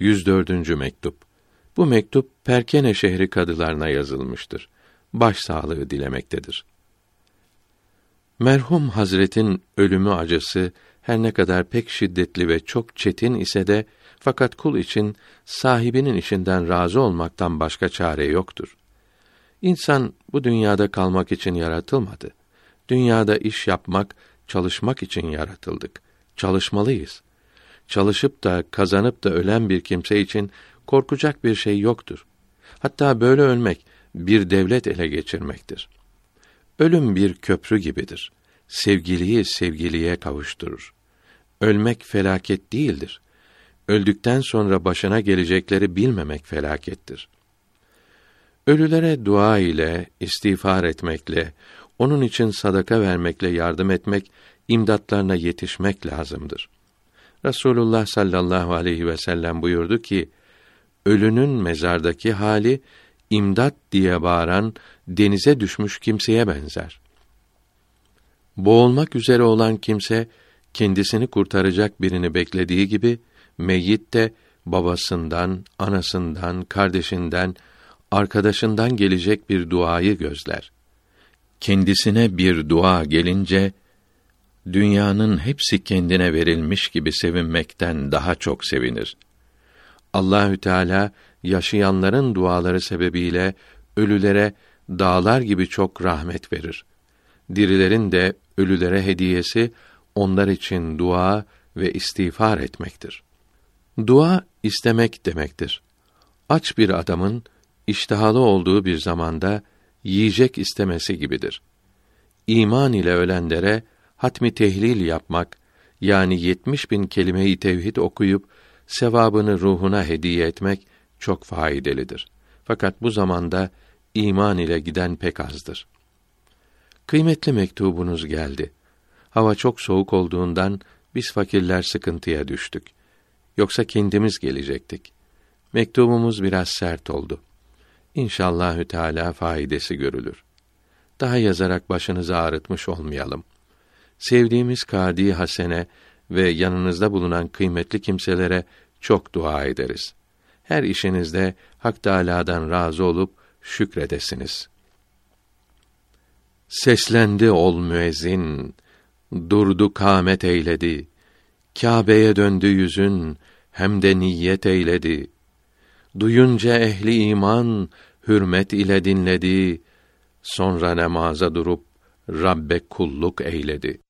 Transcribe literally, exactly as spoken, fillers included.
yüz dördüncü mektup. Bu mektup Perkene şehri kadılarına yazılmıştır. Başsağlığı dilemektedir. Merhum Hazretin ölümü acısı her ne kadar pek şiddetli ve çok çetin ise de, fakat kul için sahibinin işinden razı olmaktan başka çare yoktur. İnsan bu dünyada kalmak için yaratılmadı. Dünyada iş yapmak, çalışmak için yaratıldık. Çalışmalıyız. Çalışıp da kazanıp da ölen bir kimse için korkacak bir şey yoktur. Hatta böyle ölmek bir devlet ele geçirmektir. Ölüm bir köprü gibidir. Sevgiliyi sevgiliye kavuşturur. Ölmek felaket değildir. Öldükten sonra başına gelecekleri bilmemek felakettir. Ölülere dua ile, istiğfar etmekle, onun için sadaka vermekle yardım etmek, imdatlarına yetişmek lazımdır. Resulullah sallallahu aleyhi ve sellem buyurdu ki, ölünün mezardaki hali, imdat diye bağıran, denize düşmüş kimseye benzer. Boğulmak üzere olan kimse, kendisini kurtaracak birini beklediği gibi, meyyit de babasından, anasından, kardeşinden, arkadaşından gelecek bir duayı gözler. Kendisine bir dua gelince, dünyanın hepsi kendine verilmiş gibi sevinmekten daha çok sevinir. Allahü Teala yaşayanların duaları sebebiyle ölülere dağlar gibi çok rahmet verir. Dirilerin de ölülere hediyesi onlar için dua ve istiğfar etmektir. Dua istemek demektir. Aç bir adamın iştihalı olduğu bir zamanda yiyecek istemesi gibidir. İman ile ölenlere hatmi tehlil yapmak, yani yetmiş bin kelime-i tevhid okuyup sevabını ruhuna hediye etmek çok faydalıdır. Fakat bu zamanda iman ile giden pek azdır. Kıymetli mektubunuz geldi. Hava çok soğuk olduğundan biz fakirler sıkıntıya düştük. Yoksa kendimiz gelecektik. Mektubumuz biraz sert oldu. İnşallahü Teala faydası görülür. Daha yazarak başınızı ağrıtmış olmayalım. Sevdiğimiz Kâdi Hasene ve yanınızda bulunan kıymetli kimselere çok dua ederiz. Her işinizde Hak Teâlâ'dan razı olup şükredesiniz. Seslendi ol müezzin, durdu kâmet eyledi. Kâbe'ye döndü yüzün, hem de niyet eyledi. Duyunca ehli iman, hürmet ile dinledi. Sonra namaza durup Rabbe kulluk eyledi.